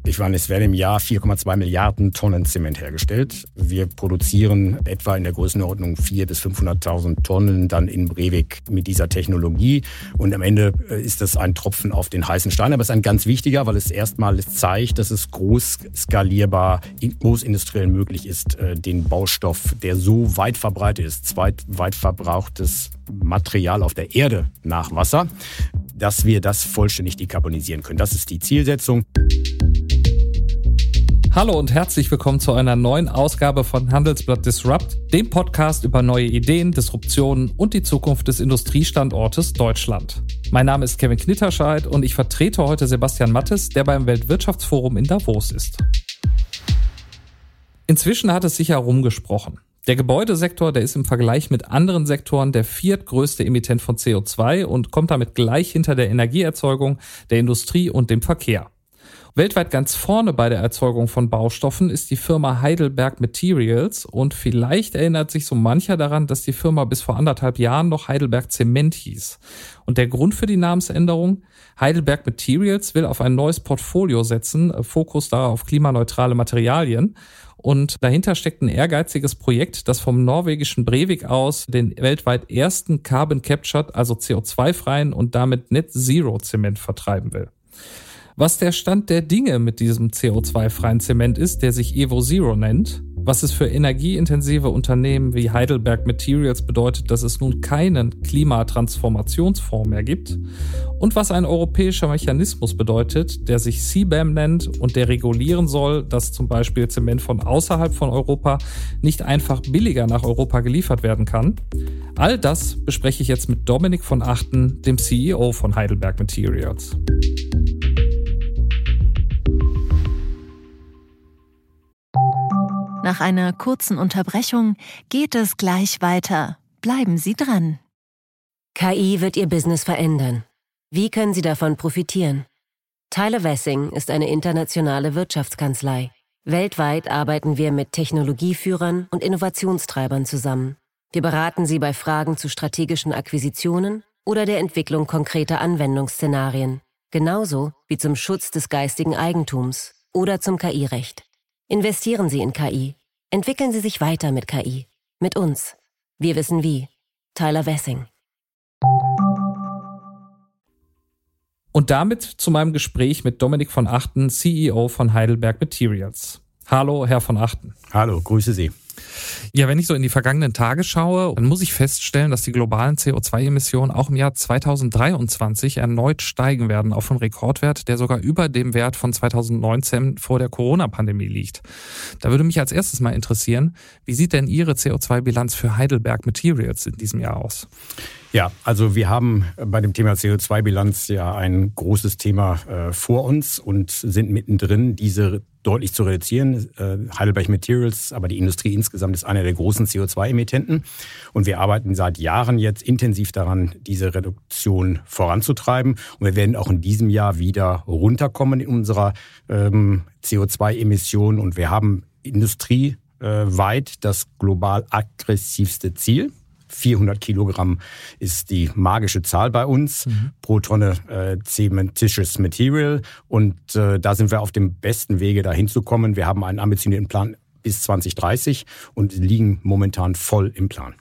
Es werden im Jahr 4,2 Milliarden Tonnen Zement hergestellt. Wir produzieren etwa in der Größenordnung 400.000 bis 500.000 Tonnen dann in Brevik mit dieser Technologie. Und am Ende ist das ein Tropfen auf den heißen Stein. Aber es ist ein ganz wichtiger, weil es erstmals zeigt, dass es groß skalierbar, großindustriell möglich ist, den Baustoff, der so weit verbreitet ist, zweit verbrauchtes Material auf der Erde nach Wasser, dass wir das vollständig dekarbonisieren können. Das ist die Zielsetzung. Hallo und herzlich willkommen zu einer neuen Ausgabe von Handelsblatt Disrupt, dem Podcast über neue Ideen, Disruptionen und die Zukunft des Industriestandortes Deutschland. Mein Name ist Kevin Knitterscheid und ich vertrete heute Sebastian Mattes, der beim Weltwirtschaftsforum in Davos ist. Inzwischen hat es sich herumgesprochen. Der Gebäudesektor, der ist im Vergleich mit anderen Sektoren der viertgrößte Emittent von CO2 und kommt damit gleich hinter der Energieerzeugung, der Industrie und dem Verkehr. Weltweit ganz vorne bei der Erzeugung von Baustoffen ist die Firma Heidelberg Materials und vielleicht erinnert sich so mancher daran, dass die Firma bis vor 1,5 Jahren noch Heidelberg Zement hieß. Und der Grund für die Namensänderung? Heidelberg Materials will auf ein neues Portfolio setzen, Fokus da auf klimaneutrale Materialien. Und dahinter steckt ein ehrgeiziges Projekt, das vom norwegischen Brevik aus den weltweit ersten Carbon Captured, also CO2-freien und damit Net Zero Zement vertreiben will. Was der Stand der Dinge mit diesem CO2-freien Zement ist, der sich EvoZero nennt, was es für energieintensive Unternehmen wie Heidelberg Materials bedeutet, dass es nun keinen Klimatransformationsfonds mehr gibt und was ein europäischer Mechanismus bedeutet, der sich CBAM nennt und der regulieren soll, dass zum Beispiel Zement von außerhalb von Europa nicht einfach billiger nach Europa geliefert werden kann. All das bespreche ich jetzt mit Dominik von Achten, dem CEO von Heidelberg Materials. Nach einer kurzen Unterbrechung geht es gleich weiter. Bleiben Sie dran. KI wird Ihr Business verändern. Wie können Sie davon profitieren? Tyler Wessing ist eine internationale Wirtschaftskanzlei. Weltweit arbeiten wir mit Technologieführern und Innovationstreibern zusammen. Wir beraten Sie bei Fragen zu strategischen Akquisitionen oder der Entwicklung konkreter Anwendungsszenarien, genauso wie zum Schutz des geistigen Eigentums oder zum KI-Recht. Investieren Sie in KI. Entwickeln Sie sich weiter mit KI. Mit uns. Wir wissen wie. Tyler Wessing. Und damit zu meinem Gespräch mit Dominik von Achten, CEO von Heidelberg Materials. Hallo, Herr von Achten. Hallo, grüße Sie. Ja, wenn ich so in die vergangenen Tage schaue, dann muss ich feststellen, dass die globalen CO2-Emissionen auch im Jahr 2023 erneut steigen werden auf einen Rekordwert, der sogar über dem Wert von 2019 vor der Corona-Pandemie liegt. Da würde mich als erstes mal interessieren, wie sieht denn Ihre CO2-Bilanz für Heidelberg Materials in diesem Jahr aus? Ja, also wir haben bei dem Thema CO2-Bilanz ja ein großes Thema vor uns und sind mittendrin, diese deutlich zu reduzieren. Heidelberg Materials, aber die Industrie insgesamt ist einer der großen CO2-Emittenten. Und wir arbeiten seit Jahren jetzt intensiv daran, diese Reduktion voranzutreiben. Und wir werden auch in diesem Jahr wieder runterkommen in unserer CO2-Emission. Und wir haben industrieweit das global aggressivste Ziel. 400 Kilogramm ist die magische Zahl bei uns pro Tonne cementitious Material. Und da sind wir auf dem besten Wege, dahin zu kommen. Wir haben einen ambitionierten Plan bis 2030 und liegen momentan voll im Plan.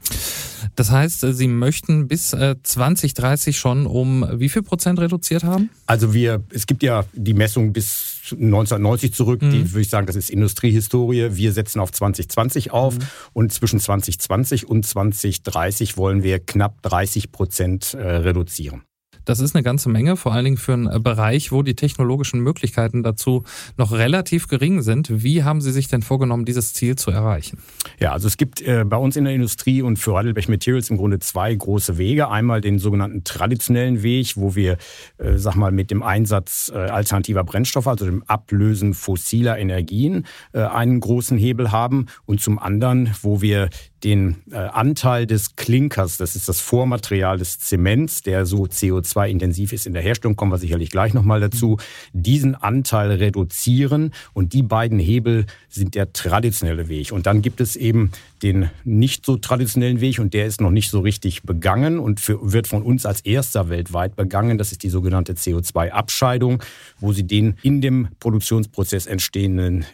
Das heißt, Sie möchten bis 2030 schon um wie viel Prozent reduziert haben? Also es gibt ja die Messung bis 1990 zurück, die würde ich sagen, das ist Industriehistorie. Wir setzen auf 2020 auf und zwischen 2020 und 2030 wollen wir knapp 30% reduzieren. Das ist eine ganze Menge, vor allen Dingen für einen Bereich, wo die technologischen Möglichkeiten dazu noch relativ gering sind. Wie haben Sie sich denn vorgenommen, dieses Ziel zu erreichen? Ja, also es gibt bei uns in der Industrie und für Heidelberg Materials im Grunde zwei große Wege. Einmal den sogenannten traditionellen Weg, wo wir, mit dem Einsatz alternativer Brennstoffe, also dem Ablösen fossiler Energien, einen großen Hebel haben. Und zum anderen, wo wir den Anteil des Klinkers, das ist das Vormaterial des Zements, der so CO2 CO2-intensiv ist in der Herstellung, kommen wir sicherlich gleich nochmal dazu, diesen Anteil reduzieren. Und die beiden Hebel sind der traditionelle Weg. Und dann gibt es eben den nicht so traditionellen Weg und der ist noch nicht so richtig begangen und wird von uns als erster weltweit begangen. Das ist die sogenannte CO2-Abscheidung, wo sie den in dem Produktionsprozess entstehende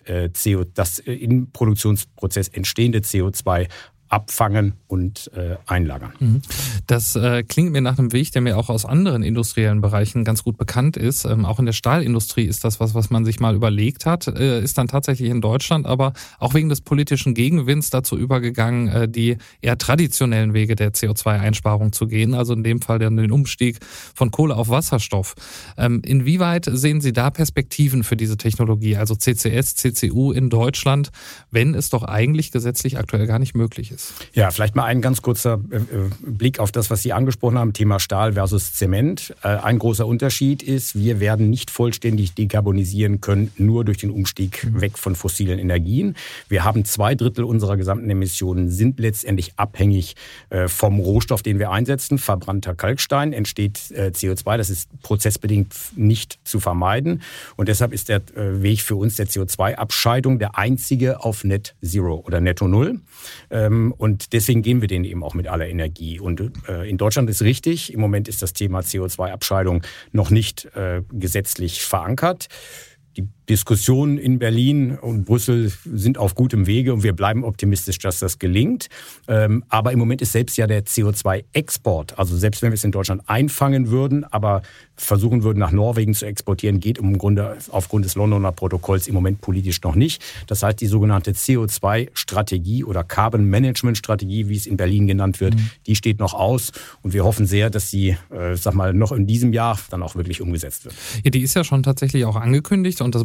CO2 abfangen und einlagern. Das klingt mir nach einem Weg, der mir auch aus anderen industriellen Bereichen ganz gut bekannt ist. Auch in der Stahlindustrie ist das was man sich mal überlegt hat, ist dann tatsächlich in Deutschland aber auch wegen des politischen Gegenwinds dazu übergegangen, die eher traditionellen Wege der CO2-Einsparung zu gehen, also in dem Fall dann den Umstieg von Kohle auf Wasserstoff. Inwieweit sehen Sie da Perspektiven für diese Technologie, also CCS, CCU in Deutschland, wenn es doch eigentlich gesetzlich aktuell gar nicht möglich ist? Ja, vielleicht mal ein ganz kurzer Blick auf das, was Sie angesprochen haben, Thema Stahl versus Zement. Ein großer Unterschied ist, wir werden nicht vollständig dekarbonisieren können, nur durch den Umstieg weg von fossilen Energien. Wir haben 2/3 unserer gesamten Emissionen sind letztendlich abhängig vom Rohstoff, den wir einsetzen. Verbrannter Kalkstein entsteht CO2, das ist prozessbedingt nicht zu vermeiden. Und deshalb ist der Weg für uns der CO2-Abscheidung der einzige auf Net Zero oder Netto Null. Und deswegen gehen wir den eben auch mit aller Energie. Und in Deutschland ist richtig, im Moment ist das Thema CO2-Abscheidung noch nicht gesetzlich verankert. Die Diskussionen in Berlin und Brüssel sind auf gutem Wege und wir bleiben optimistisch, dass das gelingt. Aber im Moment ist selbst ja der CO2-Export, also selbst wenn wir es in Deutschland einfangen würden, aber versuchen würden, nach Norwegen zu exportieren, geht im Grunde aufgrund des Londoner Protokolls im Moment politisch noch nicht. Das heißt, die sogenannte CO2-Strategie oder Carbon-Management-Strategie, wie es in Berlin genannt wird, die steht noch aus. Und wir hoffen sehr, dass sie, noch in diesem Jahr dann auch wirklich umgesetzt wird. Ja, die ist ja schon tatsächlich auch angekündigt und das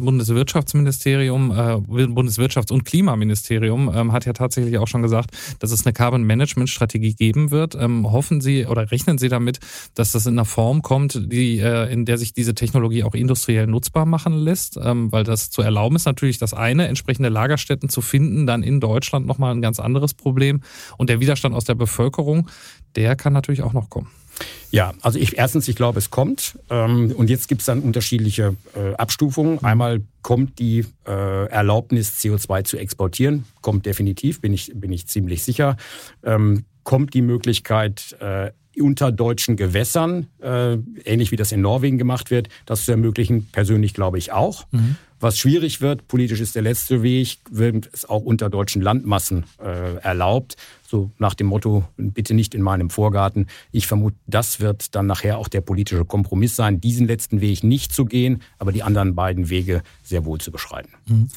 Bundeswirtschafts- und Klimaministerium hat ja tatsächlich auch schon gesagt, dass es eine Carbon-Management-Strategie geben wird. Hoffen Sie oder rechnen Sie damit, dass das in einer Form kommt, in der sich diese Technologie auch industriell nutzbar machen lässt? Weil das zu erlauben ist natürlich das eine, entsprechende Lagerstätten zu finden, dann in Deutschland nochmal ein ganz anderes Problem. Und der Widerstand aus der Bevölkerung, der kann natürlich auch noch kommen. Ja, also ich glaube, es kommt. Und jetzt gibt es dann unterschiedliche Abstufungen. Einmal kommt die Erlaubnis, CO2 zu exportieren. Kommt definitiv, bin ich ziemlich sicher. Kommt die Möglichkeit, unter deutschen Gewässern, ähnlich wie das in Norwegen gemacht wird, das zu ermöglichen, persönlich glaube ich auch. Was schwierig wird, politisch ist der letzte Weg, wird es auch unter deutschen Landmassen erlaubt. So nach dem Motto, bitte nicht in meinem Vorgarten. Ich vermute, das wird dann nachher auch der politische Kompromiss sein, diesen letzten Weg nicht zu gehen, aber die anderen beiden Wege sehr wohl zu beschreiten.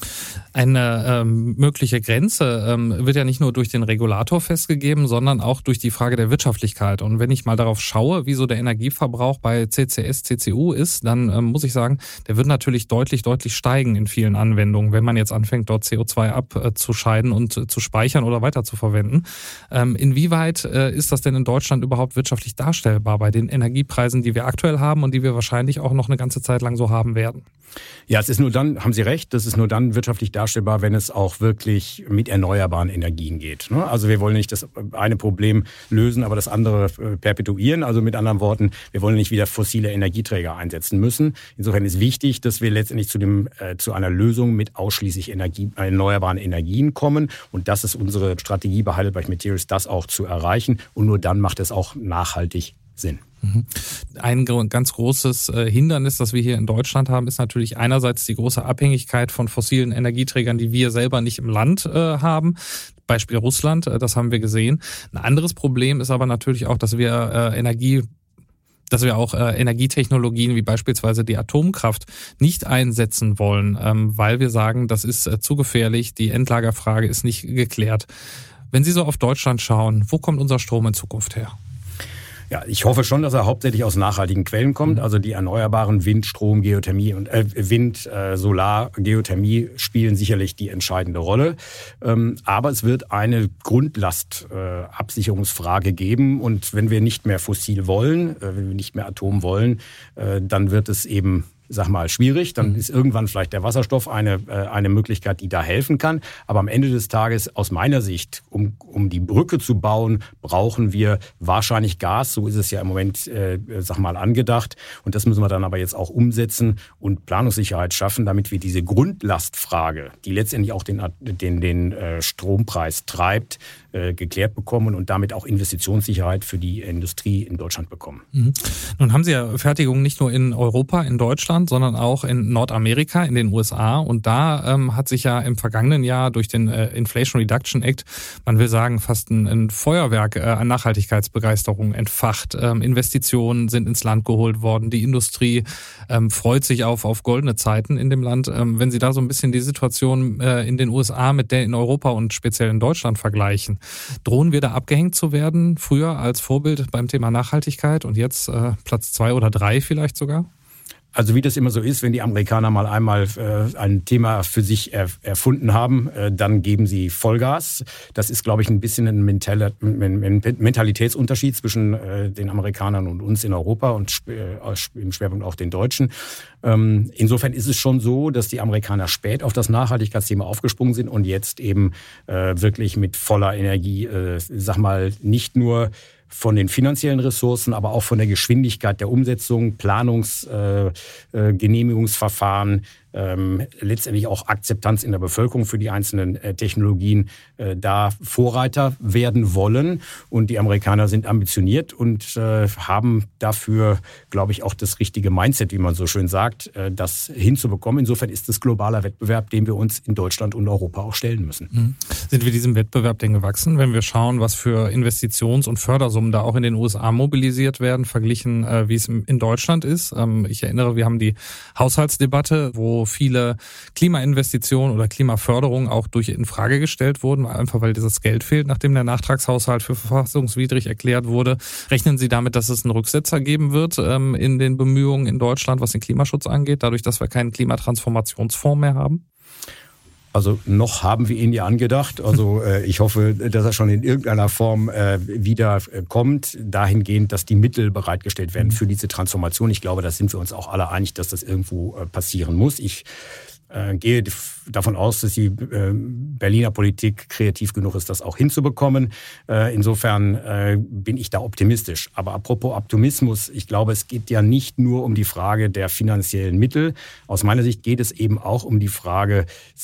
Eine mögliche Grenze wird ja nicht nur durch den Regulator festgegeben, sondern auch durch die Frage der Wirtschaftlichkeit. Und wenn ich mal darauf schaue, wie so der Energieverbrauch bei CCS, CCU ist, dann muss ich sagen, der wird natürlich deutlich steigen in vielen Anwendungen, wenn man jetzt anfängt, dort CO2 abzuscheiden und zu speichern oder weiter zu verwenden. Inwieweit ist das denn in Deutschland überhaupt wirtschaftlich darstellbar bei den Energiepreisen, die wir aktuell haben und die wir wahrscheinlich auch noch eine ganze Zeit lang so haben werden? Ja, es ist nur dann, haben Sie recht, das ist nur dann wirtschaftlich darstellbar, wenn es auch wirklich mit erneuerbaren Energien geht. Also wir wollen nicht das eine Problem lösen, aber das andere perpetuieren. Also mit anderen Worten, wir wollen nicht wieder fossile Energieträger einsetzen müssen. Insofern ist wichtig, dass wir letztendlich zu einer Lösung mit ausschließlich erneuerbaren Energien kommen. Und das ist unsere Strategie bei Heidelberg Materials, das auch zu erreichen. Und nur dann macht es auch nachhaltig Sinn. Ein ganz großes Hindernis, das wir hier in Deutschland haben, ist natürlich einerseits die große Abhängigkeit von fossilen Energieträgern, die wir selber nicht im Land haben. Beispiel Russland, das haben wir gesehen. Ein anderes Problem ist aber natürlich auch, dass wir Energietechnologien wie beispielsweise die Atomkraft nicht einsetzen wollen, weil wir sagen, das ist zu gefährlich, die Endlagerfrage ist nicht geklärt. Wenn Sie so auf Deutschland schauen, wo kommt unser Strom in Zukunft her? Ja, ich hoffe schon, dass er hauptsächlich aus nachhaltigen Quellen kommt. Also die erneuerbaren Wind, Strom, Geothermie und Solar, Geothermie spielen sicherlich die entscheidende Rolle. Aber es wird eine Grundlastabsicherungsfrage geben. Und wenn wir nicht mehr fossil wollen, wenn wir nicht mehr Atom wollen, dann wird es eben schwierig. Dann ist irgendwann vielleicht der Wasserstoff eine Möglichkeit, die da helfen kann. Aber am Ende des Tages, aus meiner Sicht, um die Brücke zu bauen, brauchen wir wahrscheinlich Gas. So ist es ja im Moment, angedacht. Und das müssen wir dann aber jetzt auch umsetzen und Planungssicherheit schaffen, damit wir diese Grundlastfrage, die letztendlich auch den Strompreis treibt, geklärt bekommen und damit auch Investitionssicherheit für die Industrie in Deutschland bekommen. Nun haben Sie ja Fertigung nicht nur in Europa, in Deutschland, sondern auch in Nordamerika, in den USA. Und da hat sich ja im vergangenen Jahr durch den Inflation Reduction Act, man will sagen, fast ein Feuerwerk an Nachhaltigkeitsbegeisterung entfacht. Investitionen sind ins Land geholt worden. Die Industrie freut sich auf goldene Zeiten in dem Land. Wenn Sie da so ein bisschen die Situation in den USA mit der in Europa und speziell in Deutschland vergleichen, drohen wir da abgehängt zu werden, früher als Vorbild beim Thema Nachhaltigkeit und jetzt Platz 2 oder 3 vielleicht sogar? Also wie das immer so ist, wenn die Amerikaner mal einmal ein Thema für sich erfunden haben, dann geben sie Vollgas. Das ist, glaube ich, ein bisschen ein Mentalitätsunterschied zwischen den Amerikanern und uns in Europa und im Schwerpunkt auch den Deutschen. Insofern ist es schon so, dass die Amerikaner spät auf das Nachhaltigkeitsthema aufgesprungen sind und jetzt eben wirklich mit voller Energie, nicht nur von den finanziellen Ressourcen, aber auch von der Geschwindigkeit der Umsetzung, Genehmigungsverfahren, letztendlich auch Akzeptanz in der Bevölkerung für die einzelnen Technologien da Vorreiter werden wollen. Und die Amerikaner sind ambitioniert und haben dafür, glaube ich, auch das richtige Mindset, wie man so schön sagt, das hinzubekommen. Insofern ist es globaler Wettbewerb, dem wir uns in Deutschland und Europa auch stellen müssen. Sind wir diesem Wettbewerb denn gewachsen, wenn wir schauen, was für Investitions- und Fördersummen da auch in den USA mobilisiert werden, verglichen wie es in Deutschland ist? Ich erinnere, wir haben die Haushaltsdebatte, wo viele Klimainvestitionen oder Klimaförderung auch in Frage gestellt wurden, einfach weil dieses Geld fehlt, nachdem der Nachtragshaushalt für verfassungswidrig erklärt wurde. Rechnen Sie damit, dass es einen Rücksetzer geben wird in den Bemühungen in Deutschland, was den Klimaschutz angeht, dadurch, dass wir keinen Klimatransformationsfonds mehr haben? Also noch haben wir ihn ja angedacht. Also ich hoffe, dass er schon in irgendeiner Form wieder kommt, dahingehend, dass die Mittel bereitgestellt werden für diese Transformation. Ich glaube, da sind wir uns auch alle einig, dass das irgendwo passieren muss. Ich gehe davon aus, dass die Berliner Politik kreativ genug ist, das auch hinzubekommen. Insofern bin ich da optimistisch. Aber apropos Optimismus, ich glaube, es geht ja nicht nur um die Frage der finanziellen Mittel. Aus meiner Sicht geht es eben auch um die Frage,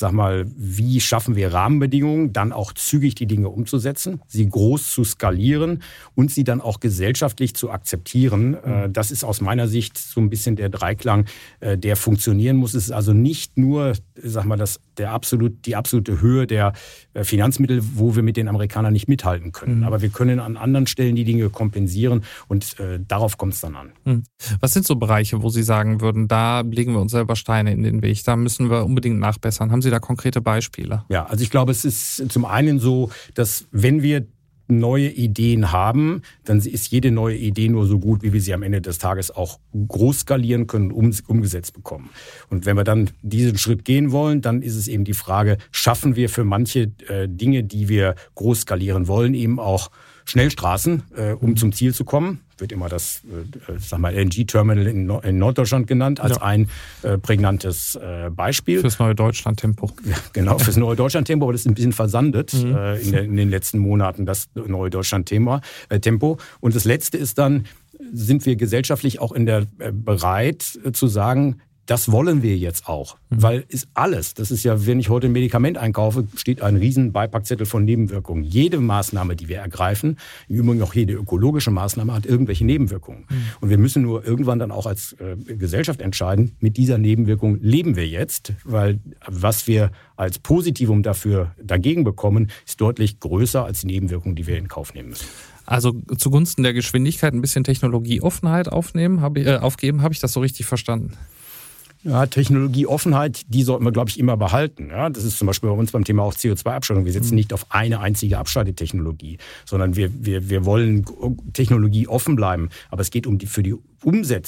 wie schaffen wir Rahmenbedingungen, dann auch zügig die Dinge umzusetzen, sie groß zu skalieren und sie dann auch gesellschaftlich zu akzeptieren. Das ist aus meiner Sicht so ein bisschen der Dreiklang, der funktionieren muss. Es ist also nicht nur die absolute Höhe der Finanzmittel, wo wir mit den Amerikanern nicht mithalten können. Aber wir können an anderen Stellen die Dinge kompensieren und darauf kommt es dann an. Was sind so Bereiche, wo Sie sagen würden, da legen wir uns selber Steine in den Weg, da müssen wir unbedingt nachbessern? Haben Sie da konkrete Beispiele? Ja, also ich glaube, es ist zum einen so, dass wenn wir neue Ideen haben, dann ist jede neue Idee nur so gut, wie wir sie am Ende des Tages auch groß skalieren können, umgesetzt bekommen. Und wenn wir dann diesen Schritt gehen wollen, dann ist es eben die Frage, schaffen wir für manche Dinge, die wir groß skalieren wollen, eben auch Schnellstraßen, um zum Ziel zu kommen. Wird immer das LNG-Terminal in Norddeutschland genannt, als ein prägnantes Beispiel. Fürs neue Deutschland-Tempo. Ja, genau, fürs neue Deutschland-Tempo, aber das ist ein bisschen versandet in den letzten Monaten, das neue Deutschland-Tempo. Und das Letzte ist dann, sind wir gesellschaftlich auch bereit zu sagen, das wollen wir jetzt auch, weil ist alles, das ist ja, wenn ich heute ein Medikament einkaufe, steht ein riesen Beipackzettel von Nebenwirkungen. Jede Maßnahme, die wir ergreifen, im Übrigen auch jede ökologische Maßnahme, hat irgendwelche Nebenwirkungen. Und wir müssen nur irgendwann dann auch als Gesellschaft entscheiden, mit dieser Nebenwirkung leben wir jetzt, weil was wir als Positivum dagegen bekommen, ist deutlich größer als die Nebenwirkungen, die wir in Kauf nehmen müssen. Also zugunsten der Geschwindigkeit ein bisschen Technologieoffenheit aufgeben, habe ich das so richtig verstanden? Ja, Technologieoffenheit, die sollten wir, glaube ich, immer behalten. Ja, das ist zum Beispiel bei uns beim Thema auch CO2-Abschaltung. Wir setzen nicht auf eine einzige Abschaltetechnologie, sondern wir wollen Technologie offen bleiben. Aber es geht für die Umsetzung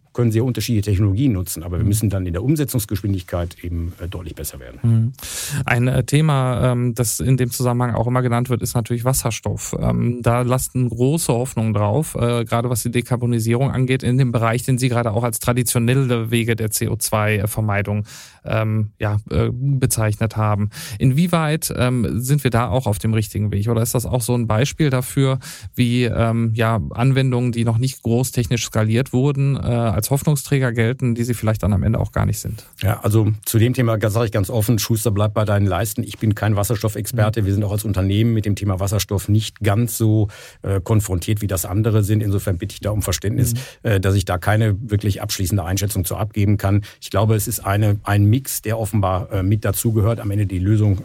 können sehr unterschiedliche Technologien nutzen, aber wir müssen dann in der Umsetzungsgeschwindigkeit eben deutlich besser werden. Ein Thema, das in dem Zusammenhang auch immer genannt wird, ist natürlich Wasserstoff. Da lasten große Hoffnungen drauf, gerade was die Dekarbonisierung angeht, in dem Bereich, den Sie gerade auch als traditionelle Wege der CO2-Vermeidung bezeichnet haben. Inwieweit sind wir da auch auf dem richtigen Weg? Oder ist das auch so ein Beispiel dafür, wie Anwendungen, die noch nicht großtechnisch skaliert wurden, als Hoffnungsträger gelten, die sie vielleicht dann am Ende auch gar nicht sind? Ja, also zu dem Thema sage ich ganz offen, Schuster, bleib bei deinen Leisten. Ich bin kein Wasserstoffexperte. Wir sind auch als Unternehmen mit dem Thema Wasserstoff nicht ganz so konfrontiert, wie das andere sind. Insofern bitte ich da um Verständnis, dass ich da keine wirklich abschließende Einschätzung zu abgeben kann. Ich glaube, es ist ein Mix, der offenbar mit dazugehört, am Ende die Lösung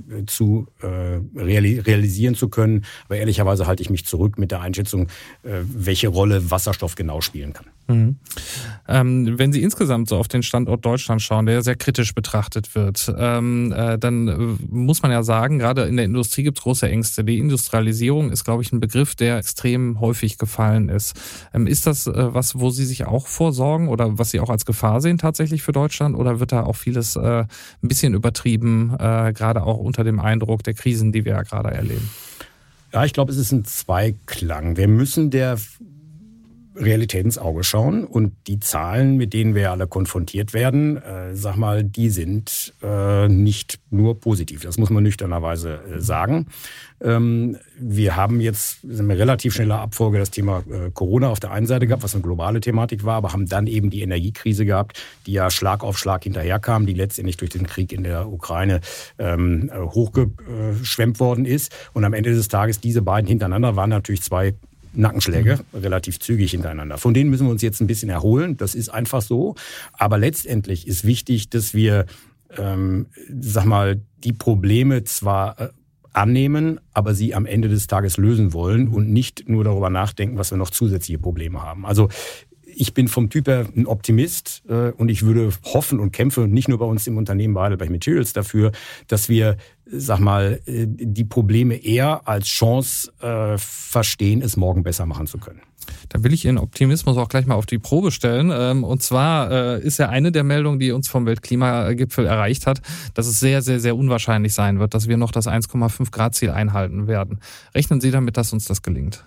realisieren zu können. Aber ehrlicherweise halte ich mich zurück mit der Einschätzung, welche Rolle Wasserstoff genau spielen kann. Wenn Sie insgesamt so auf den Standort Deutschland schauen, der sehr kritisch betrachtet wird, dann muss man ja sagen, gerade in der Industrie gibt es große Ängste. Die Industrialisierung ist, glaube ich, ein Begriff, der extrem häufig gefallen ist. Ist das was, wo Sie sich auch vorsorgen oder was Sie auch als Gefahr sehen tatsächlich für Deutschland? Oder wird da auch vieles ein bisschen übertrieben, gerade auch unter dem Eindruck der Krisen, die wir ja gerade erleben? Ja, ich glaube, es ist ein Zweiklang. Wir müssen der Realität ins Auge schauen und die Zahlen, mit denen wir alle konfrontiert werden, die sind nicht nur positiv. Das muss man nüchternerweise sagen. Wir haben jetzt eine relativ schnelle Abfolge das Thema Corona auf der einen Seite gehabt, was eine globale Thematik war, aber haben dann eben die Energiekrise gehabt, die ja Schlag auf Schlag hinterherkam, die letztendlich durch den Krieg in der Ukraine hochgeschwemmt worden ist. Und am Ende des Tages, diese beiden hintereinander waren natürlich zwei Nackenschläge, relativ zügig hintereinander. Von denen müssen wir uns jetzt ein bisschen erholen. Das ist einfach so. Aber letztendlich ist wichtig, dass wir, die Probleme zwar annehmen, aber sie am Ende des Tages lösen wollen und nicht nur darüber nachdenken, was wir noch zusätzliche Probleme haben. Also ich bin vom Typ her ein Optimist und ich würde hoffen und kämpfe nicht nur bei uns im Unternehmen bei Heidelberg Materials dafür, dass wir, die Probleme eher als Chance verstehen, es morgen besser machen zu können. Da will ich Ihren Optimismus auch gleich mal auf die Probe stellen. Und zwar ist ja eine der Meldungen, die uns vom Weltklimagipfel erreicht hat, dass es sehr, sehr, sehr unwahrscheinlich sein wird, dass wir noch das 1,5 Grad Ziel einhalten werden. Rechnen Sie damit, dass uns das gelingt?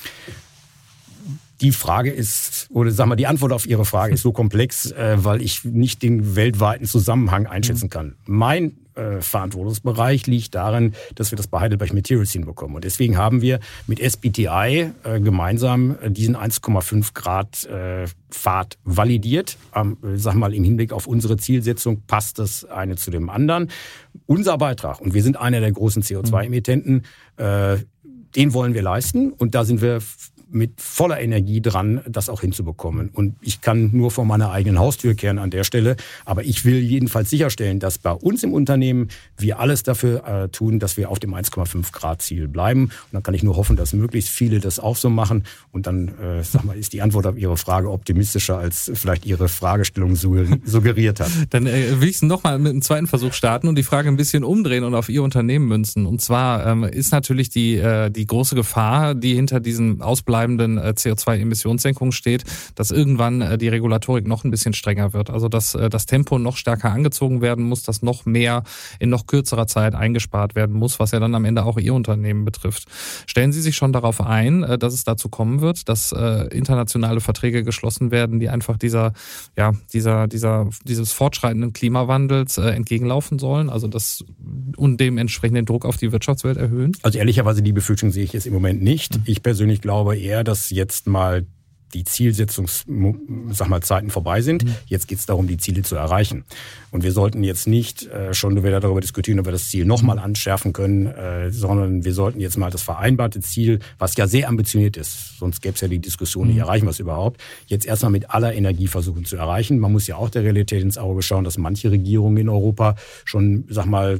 Die Frage ist, oder die Antwort auf Ihre Frage ist so komplex, weil ich nicht den weltweiten Zusammenhang einschätzen kann. Mein Verantwortungsbereich liegt darin, dass wir das bei Heidelberg Materials hinbekommen. Und deswegen haben wir mit SBTi gemeinsam diesen 1,5 Grad Pfad validiert. Im Hinblick auf unsere Zielsetzung passt das eine zu dem anderen. Unser Beitrag, und wir sind einer der großen CO2-Emittenten, den wollen wir leisten. Und da sind wir mit voller Energie dran, das auch hinzubekommen. Und ich kann nur vor meiner eigenen Haustür kehren an der Stelle. Aber ich will jedenfalls sicherstellen, dass bei uns im Unternehmen wir alles dafür tun, dass wir auf dem 1,5 Grad Ziel bleiben. Und dann kann ich nur hoffen, dass möglichst viele das auch so machen. Und dann, ist die Antwort auf Ihre Frage optimistischer, als vielleicht Ihre Fragestellung suggeriert hat. Dann will ich es nochmal mit einem zweiten Versuch starten und die Frage ein bisschen umdrehen und auf Ihr Unternehmen münzen. Und zwar ist natürlich die große Gefahr, die hinter diesen ausbleibenden CO2-Emissionssenkungen steht, dass irgendwann die Regulatorik noch ein bisschen strenger wird. Also dass das Tempo noch stärker angezogen werden muss, dass noch mehr in noch kürzerer Zeit eingespart werden muss, was ja dann am Ende auch Ihr Unternehmen betrifft. Stellen Sie sich schon darauf ein, dass es dazu kommen wird, dass internationale Verträge geschlossen werden, die einfach dieses fortschreitenden Klimawandels entgegenlaufen sollen, also das und dementsprechend den Druck auf die Wirtschaftswelt erhöhen? Also ehrlicherweise die Befürchtung sehe ich jetzt im Moment nicht. Ich persönlich glaube eher, dass jetzt mal die Zielsetzungszeiten vorbei sind. Jetzt geht es darum, die Ziele zu erreichen. Und wir sollten jetzt nicht schon wieder darüber diskutieren, ob wir das Ziel nochmal anschärfen können, sondern wir sollten jetzt mal das vereinbarte Ziel, was ja sehr ambitioniert ist, sonst gäbe es ja die Diskussion, nicht erreichen wir es überhaupt, jetzt erstmal mit aller Energie versuchen zu erreichen. Man muss ja auch der Realität ins Auge schauen, dass manche Regierungen in Europa schon,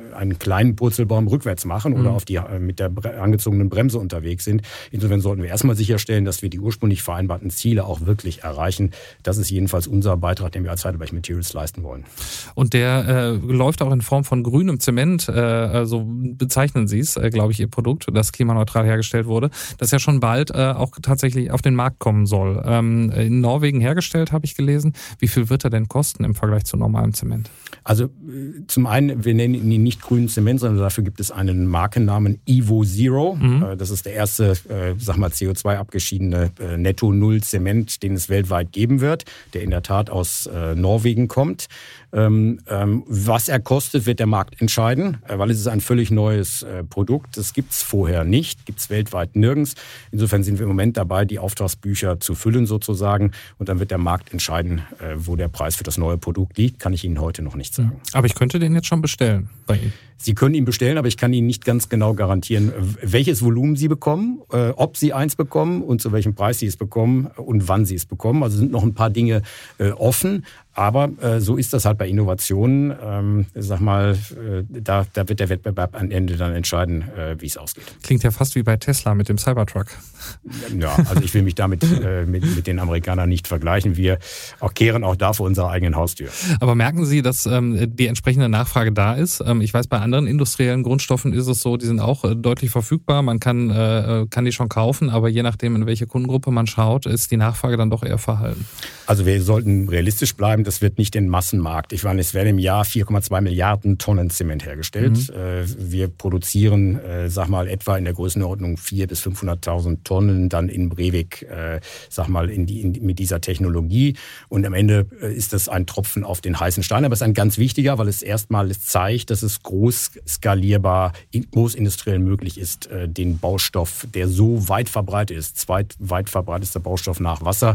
einen kleinen Purzelbaum rückwärts machen oder mit der angezogenen Bremse unterwegs sind. Insofern sollten wir erstmal sicherstellen, dass wir die ursprünglich vereinbarten Ziele auch wirklich erreichen. Das ist jedenfalls unser Beitrag, den wir als Heidelberg Materials leisten wollen. Und der läuft auch in Form von grünem Zement, so bezeichnen Sie es, glaube ich, Ihr Produkt, das klimaneutral hergestellt wurde, das ja schon bald auch tatsächlich auf den Markt kommen soll. In Norwegen hergestellt, habe ich gelesen. Wie viel wird er denn kosten im Vergleich zu normalem Zement? Also zum einen, wir nennen ihn nicht grünen Zement, sondern dafür gibt es einen Markennamen evoZero. Das ist der erste, CO2-abgeschiedene Netto-Null-Zement, den es weltweit geben wird, der in der Tat aus Norwegen kommt. Was er kostet, wird der Markt entscheiden, weil es ist ein völlig neues Produkt. Das gibt es vorher nicht, gibt es weltweit nirgends. Insofern sind wir im Moment dabei, die Auftragsbücher zu füllen sozusagen. Und dann wird der Markt entscheiden, wo der Preis für das neue Produkt liegt. Kann ich Ihnen heute noch nicht sagen. Aber ich könnte den jetzt schon bestellen bei Ihnen. Sie können ihn bestellen, aber ich kann Ihnen nicht ganz genau garantieren, welches Volumen Sie bekommen, ob Sie eins bekommen und zu welchem Preis Sie es bekommen und wann Sie es bekommen. Also sind noch ein paar Dinge offen. Aber so ist das halt bei Innovationen. Da wird der Wettbewerb am Ende dann entscheiden, wie es ausgeht. Klingt ja fast wie bei Tesla mit dem Cybertruck. Ja, also ich will mich damit mit den Amerikanern nicht vergleichen. Wir kehren auch da vor unserer eigenen Haustür. Aber merken Sie, dass die entsprechende Nachfrage da ist? Ich weiß, bei anderen industriellen Grundstoffen ist es so, die sind auch deutlich verfügbar. Man kann die schon kaufen, aber je nachdem, in welche Kundengruppe man schaut, ist die Nachfrage dann doch eher verhalten. Also wir sollten realistisch bleiben. Das wird nicht den Massenmarkt. Ich meine, es werden im Jahr 4,2 Milliarden Tonnen Zement hergestellt. Wir produzieren, etwa in der Größenordnung 400.000 bis 500.000 Tonnen dann in Brevik, mit dieser Technologie. Und am Ende ist das ein Tropfen auf den heißen Stein. Aber es ist ein ganz wichtiger, weil es erstmals zeigt, dass es großskalierbar, großindustriell möglich ist, den Baustoff, der so weit verbreitet ist, zweit verbreitester Baustoff nach Wasser,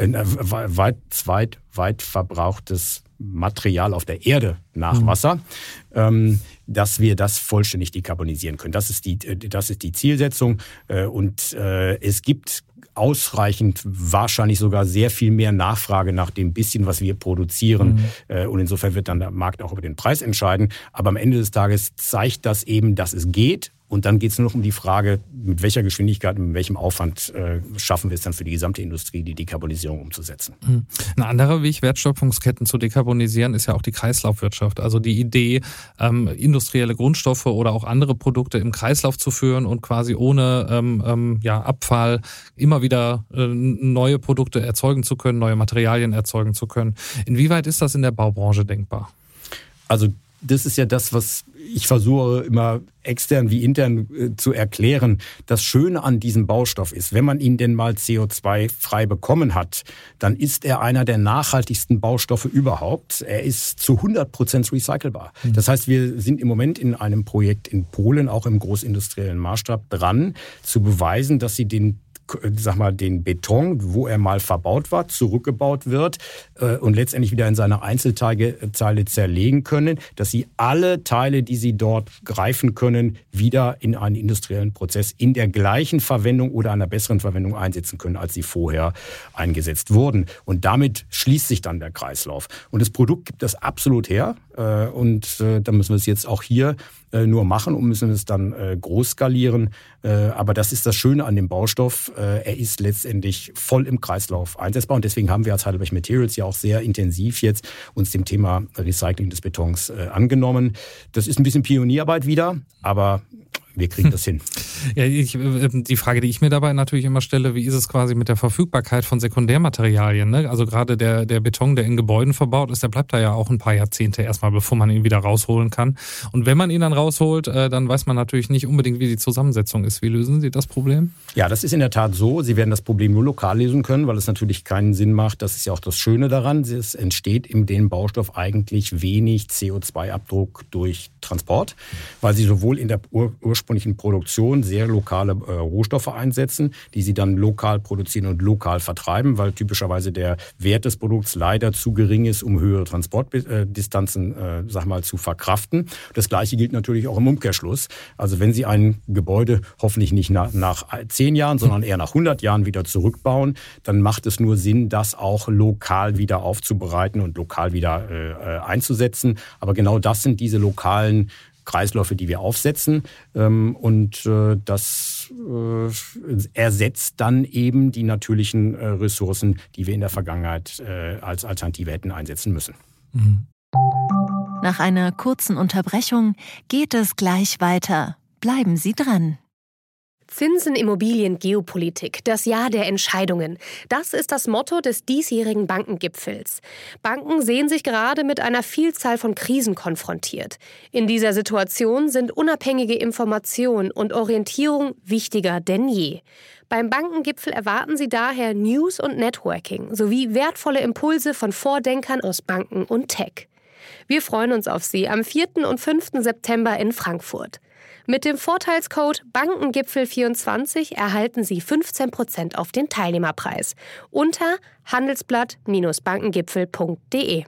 weit verbrauchtes Material auf der Erde nach Wasser, dass wir das vollständig dekarbonisieren können. Das ist die Zielsetzung. Und es gibt ausreichend, wahrscheinlich sogar sehr viel mehr Nachfrage nach dem bisschen, was wir produzieren. Und insofern wird dann der Markt auch über den Preis entscheiden. Aber am Ende des Tages zeigt das eben, dass es geht. Und dann geht es nur noch um die Frage, mit welcher Geschwindigkeit, mit welchem Aufwand schaffen wir es dann für die gesamte Industrie, die Dekarbonisierung umzusetzen. Ein anderer Weg, Wertschöpfungsketten zu dekarbonisieren, ist ja auch die Kreislaufwirtschaft. Also die Idee, industrielle Grundstoffe oder auch andere Produkte im Kreislauf zu führen und quasi ohne Abfall immer wieder neue Produkte erzeugen zu können, neue Materialien erzeugen zu können. Inwieweit ist das in der Baubranche denkbar? Also das ist ja das, was ich versuche immer extern wie intern zu erklären. Das Schöne an diesem Baustoff ist, wenn man ihn denn mal CO2-frei bekommen hat, dann ist er einer der nachhaltigsten Baustoffe überhaupt. Er ist zu 100% recycelbar. Das heißt, wir sind im Moment in einem Projekt in Polen, auch im großindustriellen Maßstab, dran, zu beweisen, dass sie den Beton, wo er mal verbaut war, zurückgebaut wird und letztendlich wieder in seine Einzelteile zerlegen können, dass sie alle Teile, die sie dort greifen können, wieder in einen industriellen Prozess in der gleichen Verwendung oder einer besseren Verwendung einsetzen können, als sie vorher eingesetzt wurden. Und damit schließt sich dann der Kreislauf. Und das Produkt gibt das absolut her. Und da müssen wir es jetzt auch hier nur machen und müssen es dann groß skalieren. Aber das ist das Schöne an dem Baustoff. Er ist letztendlich voll im Kreislauf einsetzbar. Und deswegen haben wir als Heidelberg Materials ja auch sehr intensiv jetzt uns dem Thema Recycling des Betons angenommen. Das ist ein bisschen Pionierarbeit wieder, aber wir kriegen das hin. Ja, die Frage, die ich mir dabei natürlich immer stelle, wie ist es quasi mit der Verfügbarkeit von Sekundärmaterialien? Ne? Also gerade der Beton, der in Gebäuden verbaut ist, der bleibt da ja auch ein paar Jahrzehnte erstmal, bevor man ihn wieder rausholen kann. Und wenn man ihn dann rausholt, dann weiß man natürlich nicht unbedingt, wie die Zusammensetzung ist. Wie lösen Sie das Problem? Ja, das ist in der Tat so. Sie werden das Problem nur lokal lösen können, weil es natürlich keinen Sinn macht. Das ist ja auch das Schöne daran. Es entsteht in dem Baustoff eigentlich wenig CO2-Abdruck durch Transport, weil Sie sowohl in der ursprünglichen Produktion sehr lokale Rohstoffe einsetzen, die sie dann lokal produzieren und lokal vertreiben, weil typischerweise der Wert des Produkts leider zu gering ist, um höhere Transportdistanzen zu verkraften. Das Gleiche gilt natürlich auch im Umkehrschluss. Also wenn Sie ein Gebäude hoffentlich nicht nach 10 Jahren, sondern eher nach 100 Jahren wieder zurückbauen, dann macht es nur Sinn, das auch lokal wieder aufzubereiten und lokal wieder einzusetzen. Aber genau das sind diese lokalen Kreisläufe, die wir aufsetzen. Und das ersetzt dann eben die natürlichen Ressourcen, die wir in der Vergangenheit als Alternative hätten einsetzen müssen. Nach einer kurzen Unterbrechung geht es gleich weiter. Bleiben Sie dran. Zinsen, Immobilien, Geopolitik, das Jahr der Entscheidungen. Das ist das Motto des diesjährigen Bankengipfels. Banken sehen sich gerade mit einer Vielzahl von Krisen konfrontiert. In dieser Situation sind unabhängige Information und Orientierung wichtiger denn je. Beim Bankengipfel erwarten Sie daher News und Networking sowie wertvolle Impulse von Vordenkern aus Banken und Tech. Wir freuen uns auf Sie am 4. und 5. September in Frankfurt. Mit dem Vorteilscode Bankengipfel24 erhalten Sie 15% auf den Teilnehmerpreis unter handelsblatt-bankengipfel.de.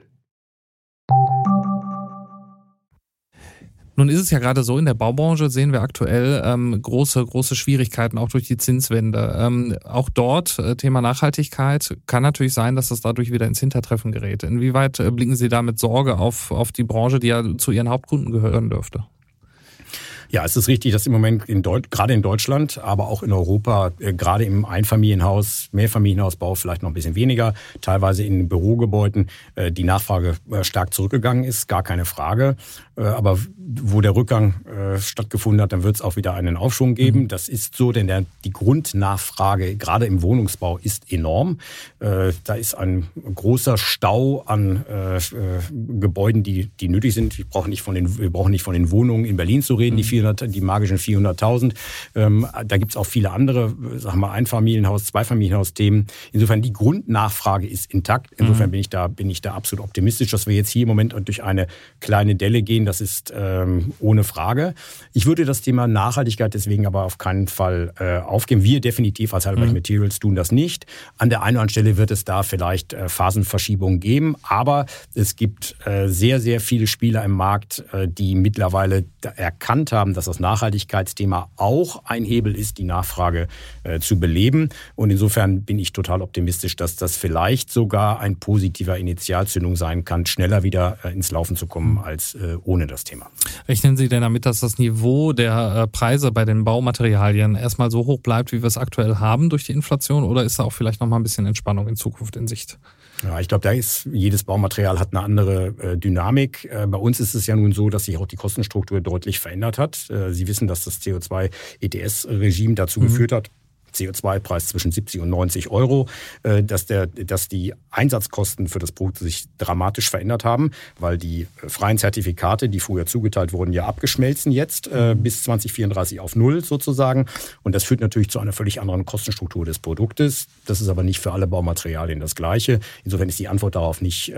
Nun ist es ja gerade so, in der Baubranche sehen wir aktuell große Schwierigkeiten, auch durch die Zinswende. Auch dort, Thema Nachhaltigkeit, kann natürlich sein, dass das dadurch wieder ins Hintertreffen gerät. Inwieweit blicken Sie da mit Sorge auf die Branche, die ja zu Ihren Hauptkunden gehören dürfte? Ja, es ist richtig, dass im Moment gerade in Deutschland, aber auch in Europa, gerade im Einfamilienhaus, Mehrfamilienhausbau vielleicht noch ein bisschen weniger, teilweise in Bürogebäuden, die Nachfrage stark zurückgegangen ist, gar keine Frage. Aber wo der Rückgang stattgefunden hat, dann wird es auch wieder einen Aufschwung geben. Das ist so, denn die Grundnachfrage, gerade im Wohnungsbau, ist enorm. Da ist ein großer Stau an Gebäuden, die nötig sind. Wir brauchen nicht von den Wohnungen in Berlin zu reden, die magischen 400.000. Da gibt es auch viele andere, sagen wir Einfamilienhaus-, Zweifamilienhaus-Themen. Insofern die Grundnachfrage ist intakt. Insofern bin ich da absolut optimistisch, dass wir jetzt hier im Moment durch eine kleine Delle gehen. Das ist ohne Frage. Ich würde das Thema Nachhaltigkeit deswegen aber auf keinen Fall aufgeben. Wir definitiv als Heidelberg Materials tun das nicht. An der einen oder anderen Stelle wird es da vielleicht Phasenverschiebungen geben, aber es gibt sehr, sehr viele Spieler im Markt, die mittlerweile erkannt haben, dass das Nachhaltigkeitsthema auch ein Hebel ist, die Nachfrage zu beleben. Und insofern bin ich total optimistisch, dass das vielleicht sogar ein positiver Initialzündung sein kann, schneller wieder ins Laufen zu kommen als ohne das Thema. Rechnen Sie denn damit, dass das Niveau der Preise bei den Baumaterialien erstmal so hoch bleibt, wie wir es aktuell haben durch die Inflation, oder ist da auch vielleicht noch mal ein bisschen Entspannung in Zukunft in Sicht? Ja, ich glaube, jedes Baumaterial hat eine andere Dynamik. Bei uns ist es ja nun so, dass sich auch die Kostenstruktur deutlich verändert hat. Sie wissen, dass das CO2-ETS-Regime dazu geführt hat, CO2-Preis zwischen 70 und 90 Euro, dass die Einsatzkosten für das Produkt sich dramatisch verändert haben, weil die freien Zertifikate, die früher zugeteilt wurden, ja abgeschmelzen jetzt bis 2034 auf Null sozusagen. Und das führt natürlich zu einer völlig anderen Kostenstruktur des Produktes. Das ist aber nicht für alle Baumaterialien das Gleiche. Insofern ist die Antwort darauf nicht,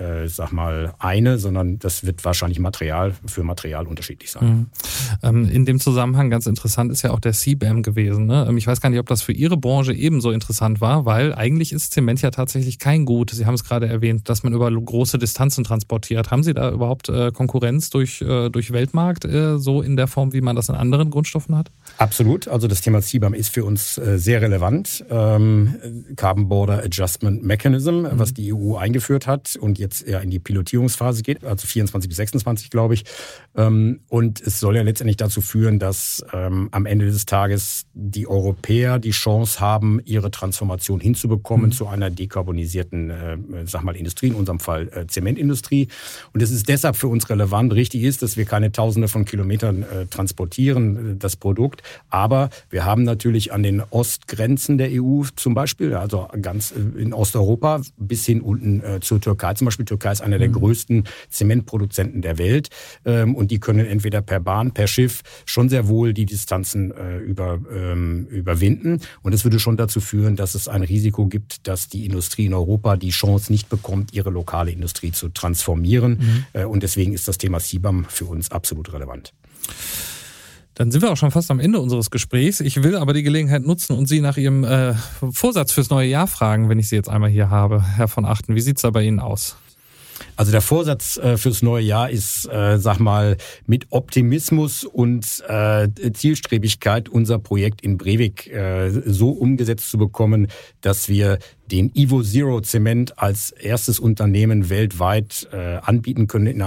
eine, sondern das wird wahrscheinlich Material für Material unterschiedlich sein. In dem Zusammenhang ganz interessant ist ja auch der CBAM gewesen. Ne? Ich weiß gar nicht, ob das für Ihre Branche ebenso interessant war, weil eigentlich ist Zement ja tatsächlich kein Gut. Sie haben es gerade erwähnt, dass man über große Distanzen transportiert. Haben Sie da überhaupt Konkurrenz durch Weltmarkt, so in der Form, wie man das in anderen Grundstoffen hat? Absolut. Also das Thema CBAM ist für uns sehr relevant. Carbon Border Adjustment Mechanism, was die EU eingeführt hat und jetzt eher in die Pilotierungsphase geht, also 24 bis 26, glaube ich. Und es soll ja letztendlich dazu führen, dass am Ende des Tages die Europäer die Chance haben, ihre Transformation hinzubekommen zu einer dekarbonisierten, Industrie, in unserem Fall Zementindustrie. Und es ist deshalb für uns relevant. Richtig ist, dass wir keine Tausende von Kilometern transportieren, das Produkt. Aber wir haben natürlich an den Ostgrenzen der EU zum Beispiel, also ganz in Osteuropa bis hin unten zur Türkei zum Beispiel. Türkei ist einer der größten Zementproduzenten der Welt. Und die können entweder per Bahn, per Schiff schon sehr wohl die Distanzen überwinden. Und es würde schon dazu führen, dass es ein Risiko gibt, dass die Industrie in Europa die Chance nicht bekommt, ihre lokale Industrie zu transformieren. Und deswegen ist das Thema CBAM für uns absolut relevant. Dann sind wir auch schon fast am Ende unseres Gesprächs. Ich will aber die Gelegenheit nutzen und Sie nach Ihrem Vorsatz fürs neue Jahr fragen, wenn ich Sie jetzt einmal hier habe, Herr von Achten. Wie sieht's da bei Ihnen aus? Also der Vorsatz fürs neue Jahr ist, mit Optimismus und Zielstrebigkeit unser Projekt in Brevik so umgesetzt zu bekommen, dass wir den EvoZero Zement als erstes Unternehmen weltweit anbieten können in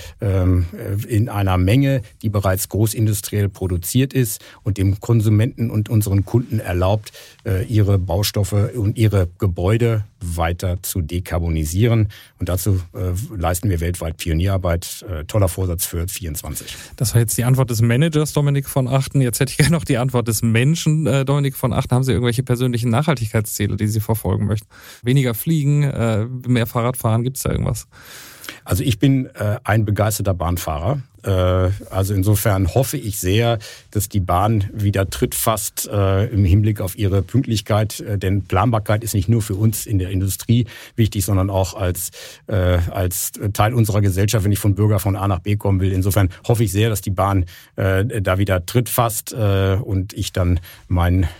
einer Menge, die bereits großindustriell produziert ist und dem Konsumenten und unseren Kunden erlaubt, ihre Baustoffe und ihre Gebäude weiter zu dekarbonisieren. Und dazu leisten wir weltweit Pionierarbeit. Toller Vorsatz für 2024. Das war jetzt die Antwort des Managers, Dominik von Achten. Jetzt hätte ich gerne noch die Antwort des Menschen, Dominik von Achten. Haben Sie irgendwelche persönlichen Nachhaltigkeitsziele, die Sie verfolgen möchten? Weniger fliegen, mehr Fahrradfahren, gibt es da irgendwas? Also ich bin ein begeisterter Bahnfahrer. Also insofern hoffe ich sehr, dass die Bahn wieder Tritt fasst im Hinblick auf ihre Pünktlichkeit. Denn Planbarkeit ist nicht nur für uns in der Industrie wichtig, sondern auch als Teil unserer Gesellschaft, wenn ich von Bürger von A nach B kommen will. Insofern hoffe ich sehr, dass die Bahn da wieder Tritt fasst und ich dann meine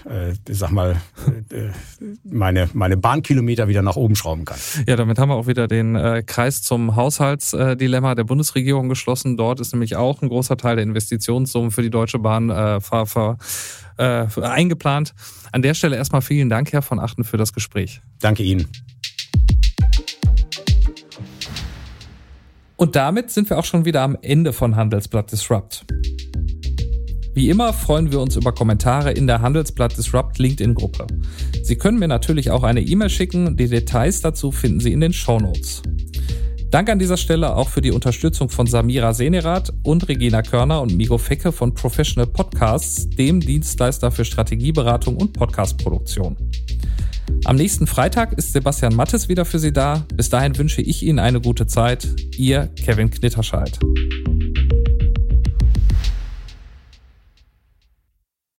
Bahnkilometer wieder nach oben schrauben kann. Ja, damit haben wir auch wieder den Kreis zum Haushaltsdilemma der Bundesregierung geschlossen. Dort ist nämlich auch ein großer Teil der Investitionssummen für die Deutsche Bahn eingeplant. An der Stelle erstmal vielen Dank, Herr von Achten, für das Gespräch. Danke Ihnen. Und damit sind wir auch schon wieder am Ende von Handelsblatt Disrupt. Wie immer freuen wir uns über Kommentare in der Handelsblatt Disrupt LinkedIn-Gruppe. Sie können mir natürlich auch eine E-Mail schicken. Die Details dazu finden Sie in den Shownotes. Danke an dieser Stelle auch für die Unterstützung von Samira Senerath und Regina Körner und Migo Fecke von Professional Podcasts, dem Dienstleister für Strategieberatung und Podcastproduktion. Am nächsten Freitag ist Sebastian Mattes wieder für Sie da. Bis dahin wünsche ich Ihnen eine gute Zeit. Ihr Kevin Knitterscheid.